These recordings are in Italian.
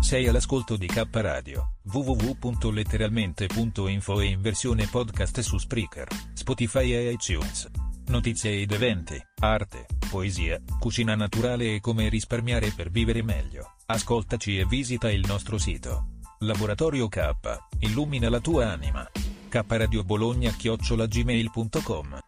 Sei all'ascolto di K Radio, www.letteralmente.info e in versione podcast su Spreaker, Spotify e iTunes. Notizie ed eventi, arte, poesia, cucina naturale e come risparmiare per vivere meglio. Ascoltaci e visita il nostro sito. Laboratorio K, illumina la tua anima. kradiobologna@gmail.com.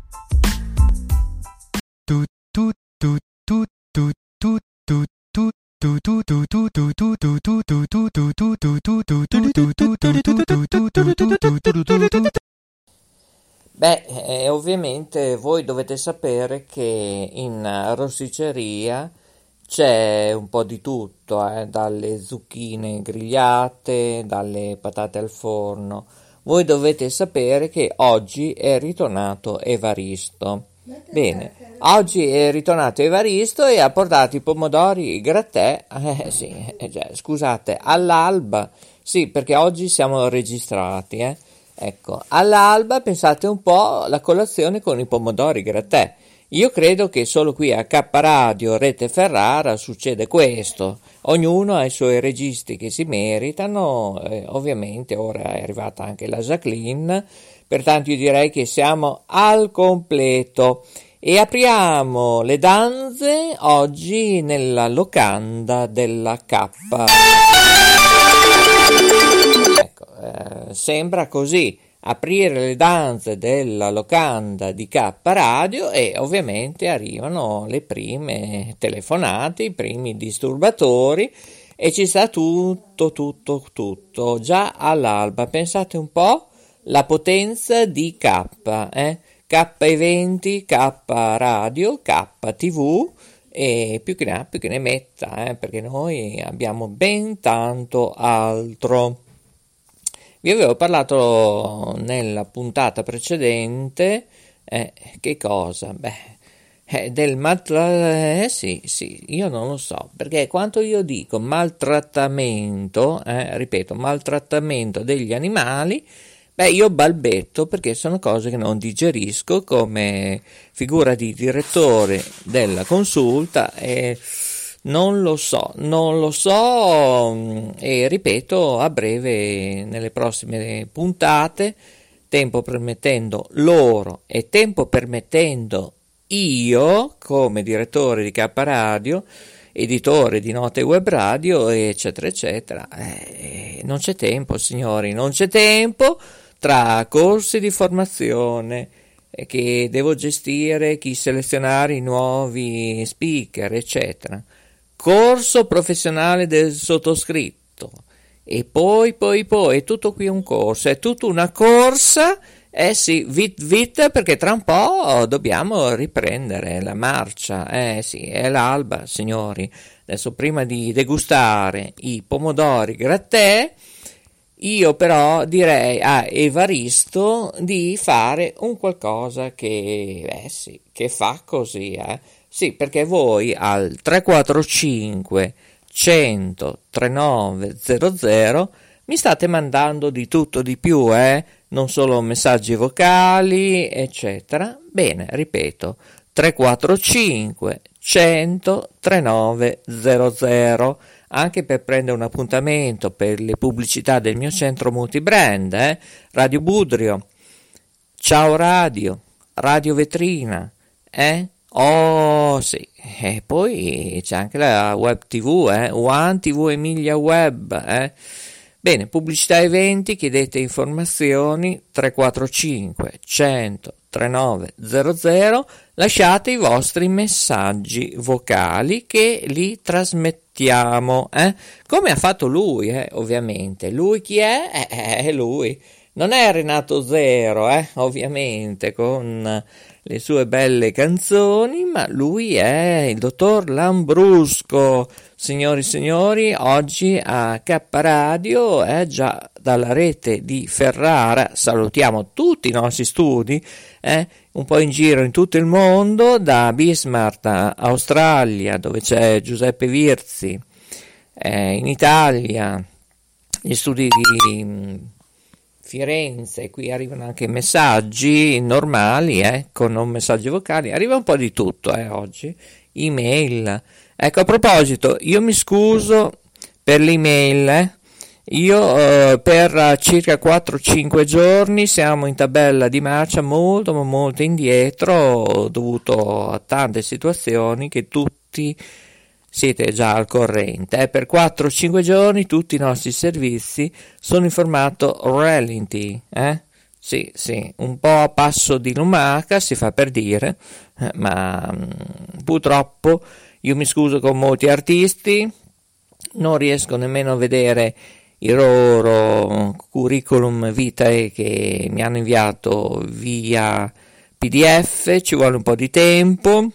Ovviamente voi dovete sapere che in rosticceria c'è un po' di tutto, dalle zucchine grigliate, dalle patate al forno. Voi dovete sapere che oggi è ritornato Evaristo. Bene, oggi è ritornato Evaristo e ha portato i pomodori grattè, scusate, all'alba, sì, perché oggi siamo registrati, Ecco, all'alba pensate un po' la colazione con i pomodori grattè. Io credo che solo qui a K Radio Rete Ferrara succede questo. Ognuno ha i suoi registi che si meritano, ovviamente ora è arrivata anche la Jacqueline, pertanto io direi che siamo al completo e apriamo le danze oggi nella locanda della K. Ecco, sembra così. Aprire le danze della locanda di K Radio e ovviamente arrivano le prime telefonate, i primi disturbatori e ci sta tutto già all'alba. Pensate un po' la potenza di K, K eventi, K Radio, K TV e più che ne metta, perché noi abbiamo ben tanto altro. Vi avevo parlato nella puntata precedente, che cosa? Del sì, io non lo so, perché quando io dico maltrattamento, ripeto, maltrattamento degli animali, io balbetto perché sono cose che non digerisco come figura di direttore della consulta e non lo so e ripeto a breve nelle prossime puntate, tempo permettendo loro e tempo permettendo io come direttore di K Radio, editore di Note Web Radio eccetera eccetera. Non c'è tempo signori, non c'è tempo tra corsi di formazione che devo gestire, chi selezionare i nuovi speaker eccetera. Corso professionale del sottoscritto e poi è tutto qui un corso, è tutta una corsa, vit perché tra un po' dobbiamo riprendere la marcia, è l'alba signori. Adesso prima di degustare i pomodori grattè io però direi a Evaristo di fare un qualcosa che fa così, Sì, perché voi al 345 100 3900 mi state mandando di tutto di più, non solo messaggi vocali, eccetera. Bene, ripeto, 345 100 3900, anche per prendere un appuntamento per le pubblicità del mio centro multibrand, Radio Budrio, Ciao Radio, Radio Vetrina, Oh sì, e poi c'è anche la web tv, One TV Emilia Web, Bene, pubblicità eventi, chiedete informazioni, 345 100 3900, lasciate i vostri messaggi vocali che li trasmettiamo, come ha fatto lui, ovviamente. Lui chi è? È lui. Non è Renato Zero, ovviamente, con le sue belle canzoni, ma lui è il dottor Lambrusco. Signori e signori, oggi a K Radio, già dalla rete di Ferrara, salutiamo tutti i nostri studi, un po' in giro in tutto il mondo, da Bismarck, Australia, dove c'è Giuseppe Virzi, in Italia, gli studi di Firenze, qui arrivano anche messaggi normali, con non messaggi vocali, arriva un po' di tutto oggi, email. Ecco, a proposito, io mi scuso per l'email. Io per circa 4-5 giorni siamo in tabella di marcia molto ma molto indietro, dovuto a tante situazioni che tutti siete già al corrente. Per 4-5 giorni tutti i nostri servizi sono in formato ralenti, Sì, un po' a passo di lumaca, si fa per dire, ma purtroppo io mi scuso con molti artisti, non riesco nemmeno a vedere il loro curriculum vitae che mi hanno inviato via PDF, ci vuole un po' di tempo.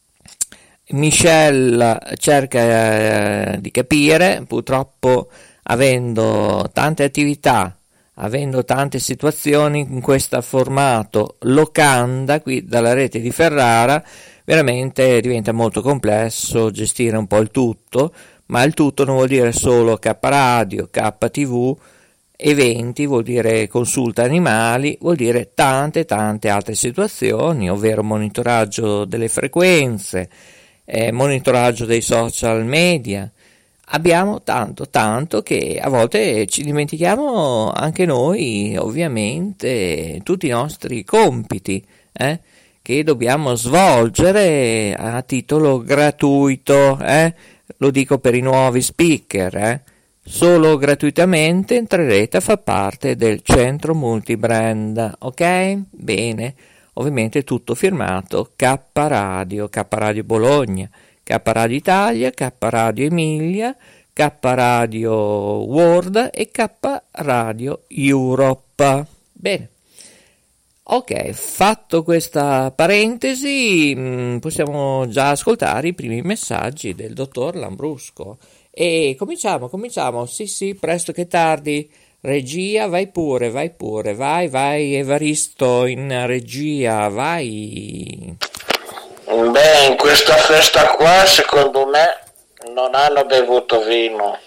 Michelle cerca di capire, purtroppo avendo tante attività, avendo tante situazioni in questo formato locanda qui dalla rete di Ferrara, veramente diventa molto complesso gestire un po' il tutto, ma il tutto non vuol dire solo K Radio, K TV, eventi, vuol dire consulta animali, vuol dire tante altre situazioni, ovvero monitoraggio delle frequenze, monitoraggio dei social media. Abbiamo tanto che a volte ci dimentichiamo anche noi, ovviamente, tutti i nostri compiti, che dobbiamo svolgere a titolo gratuito, Lo dico per i nuovi speaker, Solo gratuitamente entrerete a far parte del centro multibrand, ok? Bene, ovviamente tutto firmato K Radio Bologna, K Radio Italia, K Radio Emilia, K Radio World e K Radio Europe. Bene. Ok, fatto questa parentesi, possiamo già ascoltare i primi messaggi del dottor Lambrusco. E cominciamo, sì, presto che tardi. Regia, vai pure, vai, Evaristo in regia, vai. Beh, in questa festa qua, secondo me, non hanno bevuto vino.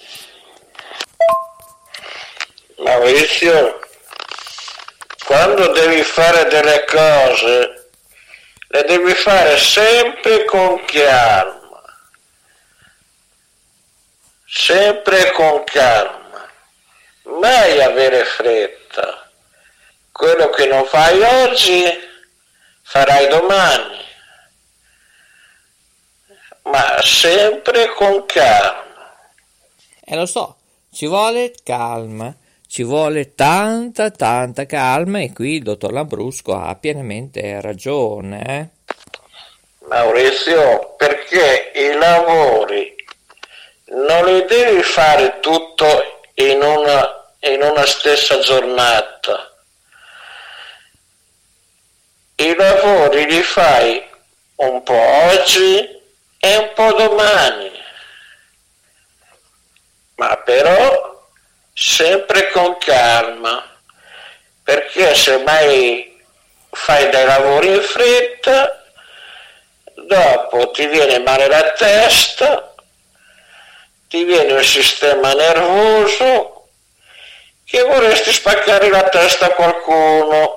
Maurizio, quando devi fare delle cose, le devi fare sempre con calma, mai avere fretta. Quello che non fai oggi, farai domani, ma sempre con calma. Lo so, ci vuole calma. Ci vuole tanta calma e qui il dottor Lambrusco ha pienamente ragione. Maurizio, perché i lavori non li devi fare tutto in una stessa giornata. I lavori li fai un po' oggi e un po' domani, ma però sempre con calma, perché se mai fai dei lavori in fretta, dopo ti viene male la testa, ti viene un sistema nervoso che vorresti spaccare la testa a qualcuno.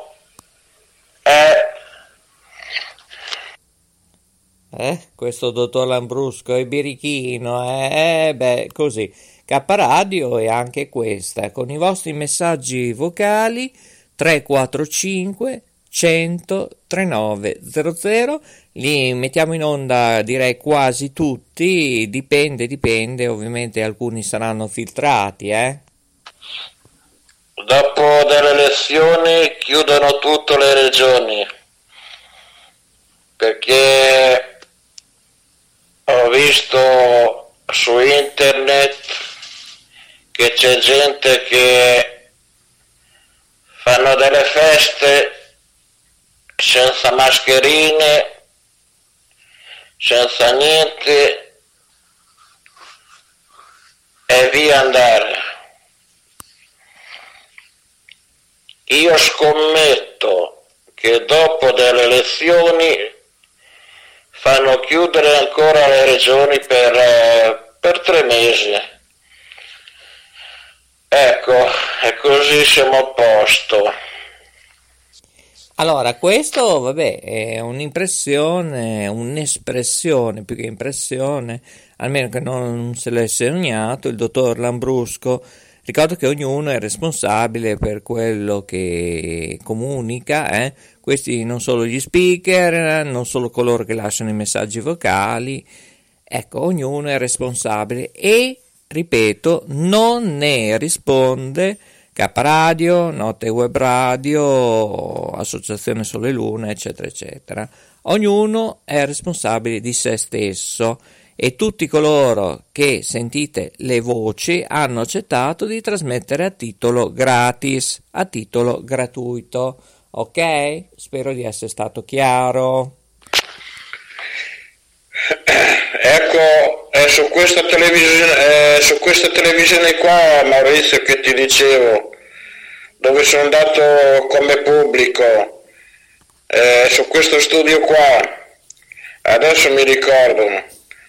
Questo dottor Lambrusco è birichino, così. K Radio è anche questa, con i vostri messaggi vocali 345 100 3900, li mettiamo in onda direi quasi tutti, dipende, ovviamente alcuni saranno filtrati, Dopo delle elezioni chiudono tutte le regioni, perché ho visto su internet che c'è gente che fanno delle feste senza mascherine, senza niente e via andare. Io scommetto che dopo delle elezioni fanno chiudere ancora le regioni per 3 mesi. Ecco, e così siamo a posto. Allora, questo, vabbè, è un'espressione, più che impressione, almeno che non se l'è sognato il dottor Lambrusco. Ricordo che ognuno è responsabile per quello che comunica, Questi non solo gli speaker, non solo coloro che lasciano i messaggi vocali, ecco, ognuno è responsabile e, ripeto, non ne risponde K-Radio, Notte Web Radio, Associazione Sole Luna, eccetera, eccetera. Ognuno è responsabile di se stesso e tutti coloro che sentite le voci hanno accettato di trasmettere a titolo gratis, a titolo gratuito. Ok? Spero di essere stato chiaro. Ecco, è su questa televisione qua, Maurizio, che ti dicevo, dove sono andato come pubblico, su questo studio qua, adesso mi ricordo,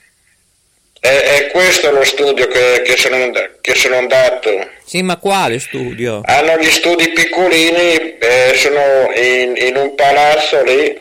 è questo lo studio che sono andato. Sì, ma quale studio? Hanno gli studi piccolini, sono in un palazzo lì,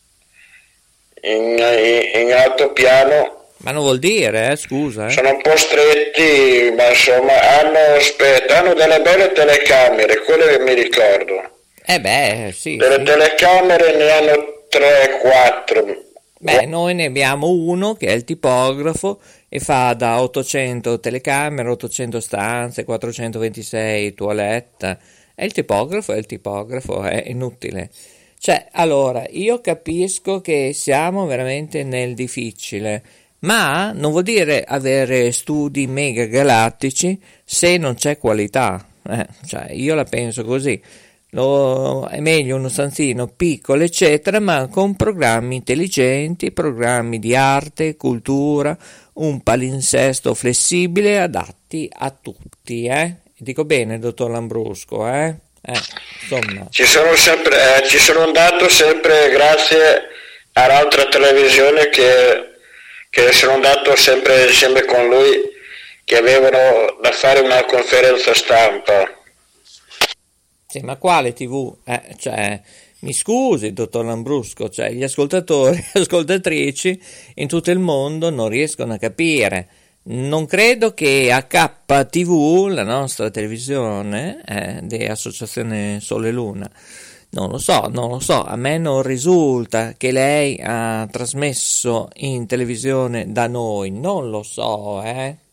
in altopiano. Ma non vuol dire, scusa. Sono un po' stretti, ma insomma hanno delle belle telecamere, quelle che mi ricordo. Sì. Delle telecamere ne hanno 3-4. Beh, noi ne abbiamo uno che è il tipografo e fa da 800 telecamere, 800 stanze, 426 toilette. È il tipografo, è inutile. Cioè, allora, io capisco che siamo veramente nel difficile, ma non vuol dire avere studi mega galattici se non c'è qualità. Cioè, io la penso così. È meglio uno stanzino piccolo, eccetera, ma con programmi intelligenti, programmi di arte, cultura, un palinsesto flessibile adatti a tutti. Dico bene, dottor Lambrusco, insomma. Ci sono andato sempre grazie all'altra televisione che sono andato sempre insieme con lui, che avevano da fare una conferenza stampa. Sì, ma quale TV? Mi scusi, dottor Lambrusco, gli ascoltatori e ascoltatrici in tutto il mondo non riescono a capire. Non credo che HTV, la nostra televisione di Associazione Sole Luna, non lo so, a me non risulta che lei ha trasmesso in televisione da noi, non lo so,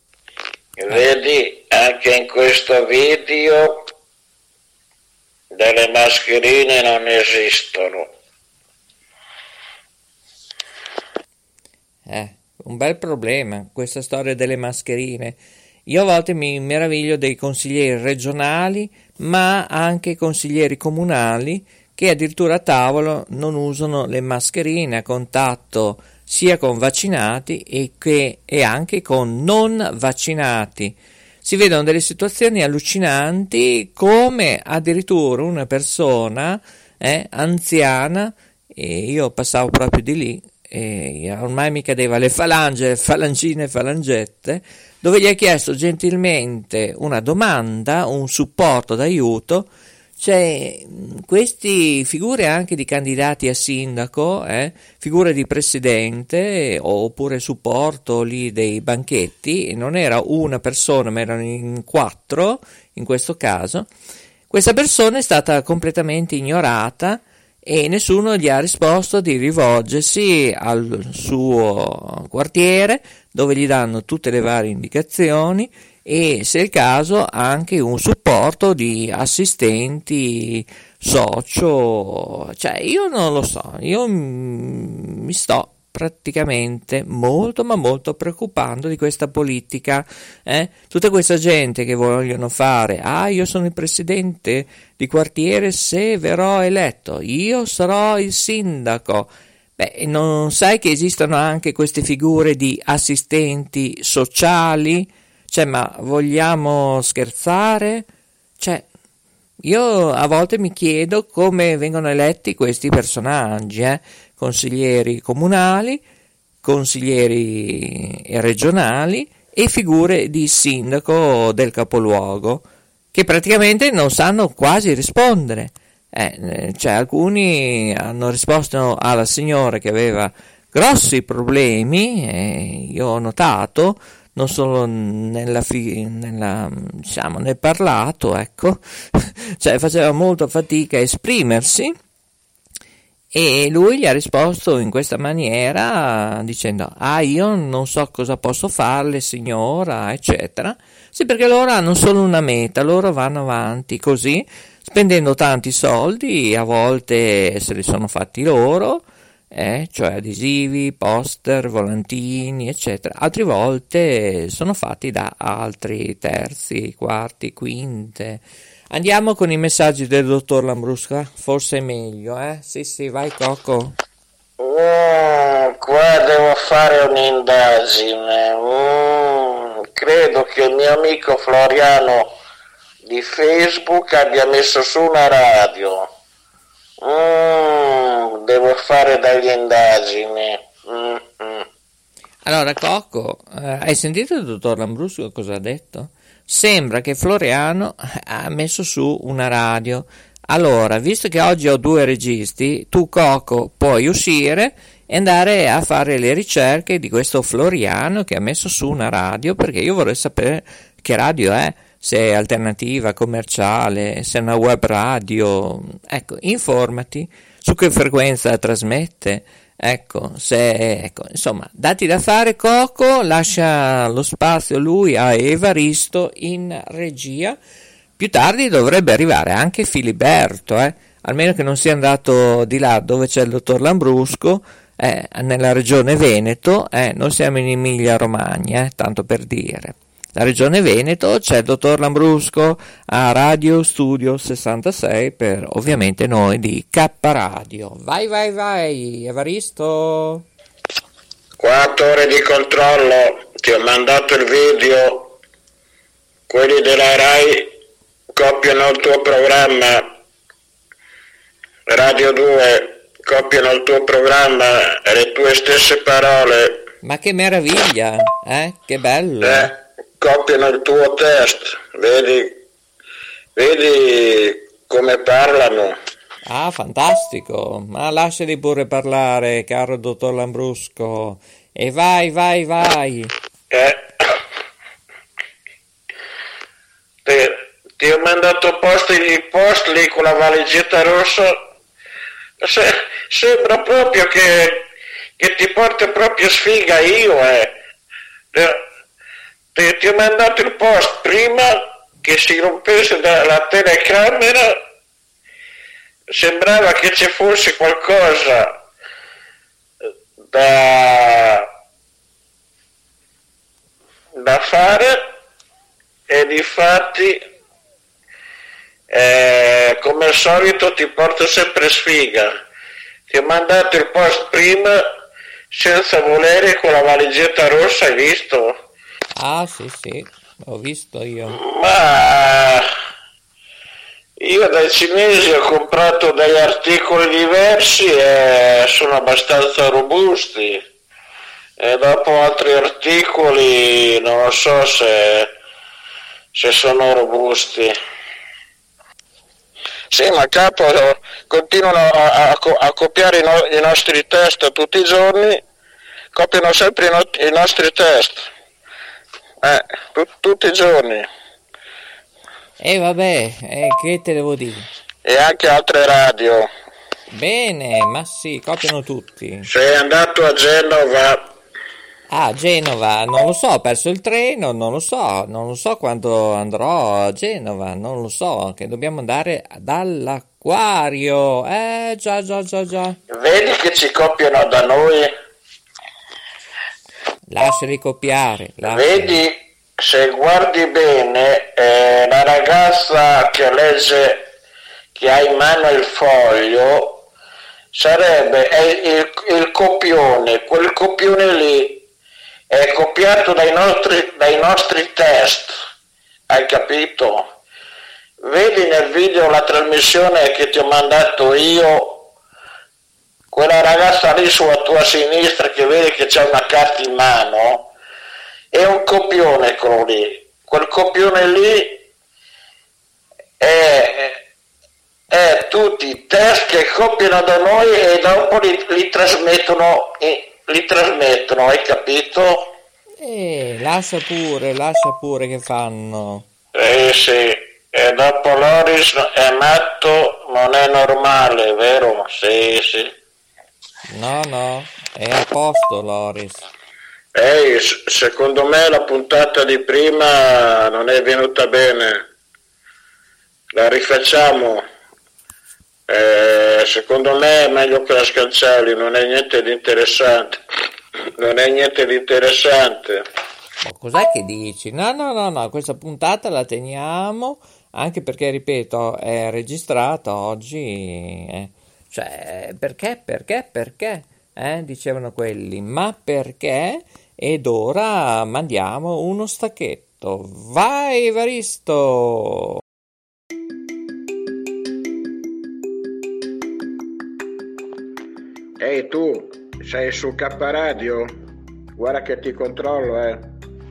Vedi, anche in questo video delle mascherine non esistono. Un bel problema questa storia delle mascherine. Io a volte mi meraviglio dei consiglieri regionali, ma anche consiglieri comunali che addirittura a tavolo non usano le mascherine a contatto sia con vaccinati e anche con non vaccinati. Si vedono delle situazioni allucinanti, come addirittura una persona anziana, e io passavo proprio di lì, e ormai mi cadeva le falangine e falangette, dove gli ha chiesto gentilmente una domanda, un supporto d'aiuto. Queste figure anche di candidati a sindaco, figure di presidente oppure supporto lì dei banchetti, non era una persona ma erano in 4 in questo caso. Questa persona è stata completamente ignorata e nessuno gli ha risposto di rivolgersi al suo quartiere, dove gli danno tutte le varie indicazioni e, se è il caso, anche un supporto di assistenti socio. Io non lo so, io mi sto praticamente molto ma molto preoccupando di questa politica, tutta questa gente che vogliono fare: io sono il presidente di quartiere, se verrò eletto io sarò il sindaco. Non sai che esistono anche queste figure di assistenti sociali? Ma vogliamo scherzare? Io a volte mi chiedo come vengono eletti questi personaggi, consiglieri comunali, consiglieri regionali e figure di sindaco del capoluogo, che praticamente non sanno quasi rispondere. Cioè alcuni hanno risposto alla signora che aveva grossi problemi, io ho notato, non solo diciamo, nel parlato, ecco, cioè faceva molta fatica a esprimersi, e lui gli ha risposto in questa maniera dicendo: io non so cosa posso farle signora, eccetera. Sì, perché loro hanno solo una meta, loro vanno avanti così, spendendo tanti soldi, a volte se li sono fatti loro, cioè adesivi, poster, volantini, eccetera. Altre volte sono fatti da altri terzi, quarti, quinte. Andiamo con i messaggi del dottor Lambrusca, forse è meglio, Sì, vai Coco. Qua devo fare un'indagine. Credo che il mio amico Floriano di Facebook abbia messo su una radio. Devo fare delle indagini. Allora Coco, hai sentito il dottor Lambrusco cosa ha detto? Sembra che Floriano ha messo su una radio. Allora, visto che oggi ho 2 registi, tu Coco puoi uscire e andare a fare le ricerche di questo Floriano che ha messo su una radio, perché io vorrei sapere che radio è, se è alternativa, commerciale, se è una web radio. Ecco, informati su che frequenza trasmette. Ecco, insomma, dati da fare Coco, lascia lo spazio lui a Evaristo in regia. Più tardi dovrebbe arrivare anche Filiberto, almeno che non sia andato di là dove c'è il dottor Lambrusco, nella regione Veneto, noi siamo in Emilia Romagna, tanto per dire. La regione Veneto c'è il dottor Lambrusco a Radio Studio 66 per ovviamente noi di K Radio. Vai, Evaristo. 4 ore di controllo, ti ho mandato il video, quelli della Rai copiano il tuo programma, Radio 2 copiano il tuo programma e le tue stesse parole. Ma che meraviglia, che bello. Copiano il tuo test, vedi come parlano. Fantastico, ma lasciali pure parlare, caro dottor Lambrusco, e vai. Ti ho mandato il post lì con la valigetta rossa, sembra proprio che ti porta proprio sfiga io, Ti ho mandato il post prima che si rompesse la telecamera, sembrava che ci fosse qualcosa da fare, e difatti come al solito ti porto sempre sfiga. Ti ho mandato il post prima senza volere con la valigetta rossa, hai visto? Sì, ho visto io. Ma io dai cinesi ho comprato degli articoli diversi e sono abbastanza robusti, e dopo altri articoli non lo so se sono robusti. Sì, ma capo, continuano a copiare i nostri test tutti i giorni, copiano sempre i nostri test. Tutti i giorni. Vabbè, che te devo dire? E anche altre radio. Bene, ma sì, copiano tutti. Sei andato a Genova? Genova, non lo so, ho perso il treno, non lo so quando andrò a Genova, non lo so, che dobbiamo andare dall'acquario. Già. Vedi che ci copiano da noi? Lasciali copiare. Vedi, se guardi bene, la ragazza che legge, che ha in mano il foglio, sarebbe il copione. Quel copione lì è copiato dai nostri test, hai capito? Vedi nel video la trasmissione che ti ho mandato io, quella ragazza lì sulla tua sinistra che vedi che c'è una carta in mano, è un copione quello lì. Quel copione lì è tutti, test che copiano da noi e dopo li trasmettono, hai capito? Lascia pure che fanno. Sì, e dopo Loris è matto, non è normale, vero? Sì. No, è a posto Loris. Secondo me la puntata di prima non è venuta bene. La rifacciamo. Secondo me è meglio che la scancelli, non è niente di interessante. Ma cos'è che dici? No, questa puntata la teniamo, anche perché, ripeto, è registrata oggi. Cioè, perché? Dicevano quelli, ma perché? Ed ora mandiamo uno stacchetto. Vai, Evaristo! Ehi tu, sei su K Radio? Guarda che ti controllo,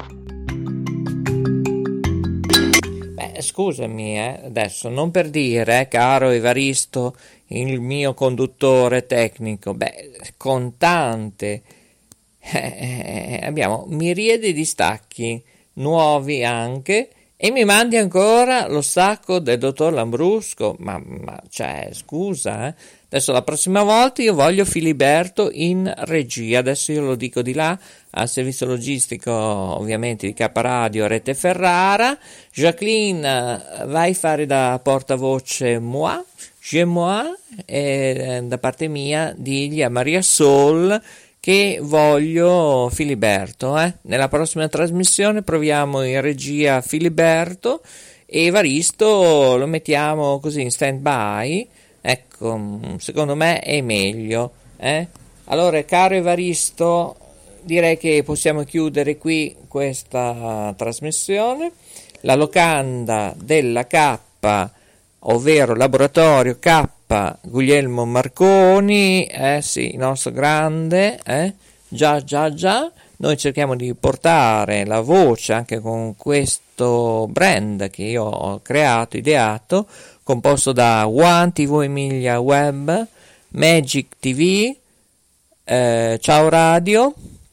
Scusami, adesso non per dire, caro Evaristo, il mio conduttore tecnico, contante, abbiamo miriadi di stacchi, nuovi anche, e mi mandi ancora lo stacco del dottor Lambrusco, ma cioè, scusa, Adesso la prossima volta io voglio Filiberto in regia, adesso io lo dico di là, al servizio logistico ovviamente di K Radio Rete Ferrara. Jacqueline, vai a fare da portavoce moi, e da parte mia digli a Maria Sol che voglio Filiberto. Nella prossima trasmissione proviamo in regia Filiberto e Evaristo lo mettiamo così in stand by. Ecco, secondo me è meglio. Allora, caro Evaristo, direi che possiamo chiudere qui questa trasmissione. La locanda della K, ovvero Laboratorio K Guglielmo Marconi, sì, il nostro grande, già. Noi cerchiamo di portare la voce anche con questo brand che io ho creato, ideato, composto da One TV Emilia Web, Magic TV, Ciao Radio,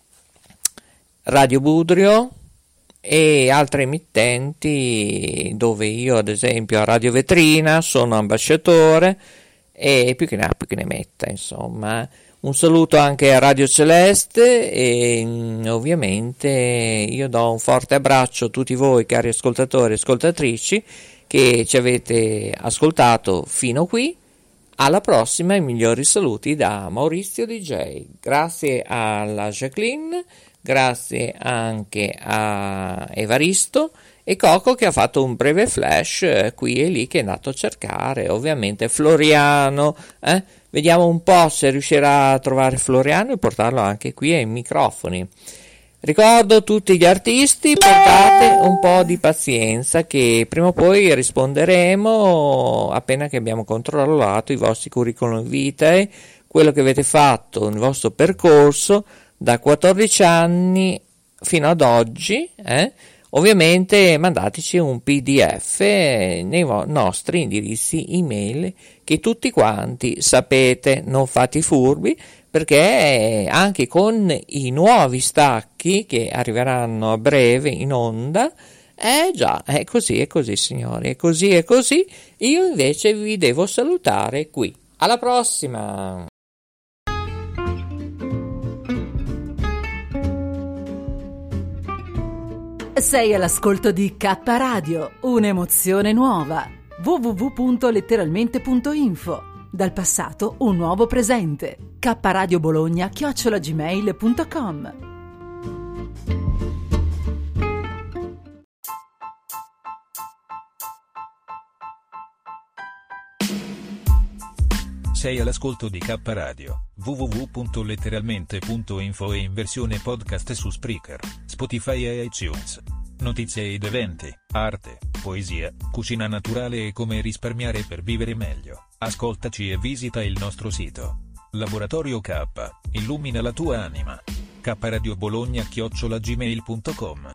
Radio Budrio e altre emittenti dove io ad esempio a Radio Vetrina sono ambasciatore e più che ne metta, insomma. Un saluto anche a Radio Celeste e ovviamente io do un forte abbraccio a tutti voi cari ascoltatori e ascoltatrici che ci avete ascoltato fino qui. Alla prossima, i migliori saluti da Maurizio DJ. Grazie alla Jacqueline, grazie anche a Evaristo e Coco che ha fatto un breve flash qui e lì che è andato a cercare, ovviamente Floriano, Vediamo un po' se riuscirà a trovare Floriano e portarlo anche qui ai microfoni. Ricordo tutti gli artisti, portate un po' di pazienza che prima o poi risponderemo appena che abbiamo controllato i vostri curriculum vitae, quello che avete fatto nel vostro percorso da 14 anni fino ad oggi, Ovviamente mandateci un PDF nei nostri indirizzi email che tutti quanti sapete, non fate i furbi, perché anche con i nuovi stacchi che arriveranno a breve in onda, già, è così signori, è così, io invece vi devo salutare qui. Alla prossima! Sei all'ascolto di K Radio, un'emozione nuova. www.letteralmente.info. Dal passato un nuovo presente. kradiobologna@gmail.com. Sei all'ascolto di K Radio, www.letteralmente.info e in versione podcast su Spreaker, Spotify e iTunes. Notizie ed eventi, arte, poesia, cucina naturale e come risparmiare per vivere meglio. Ascoltaci e visita il nostro sito. Laboratorio K, illumina la tua anima. kradiobologna@gmail.com.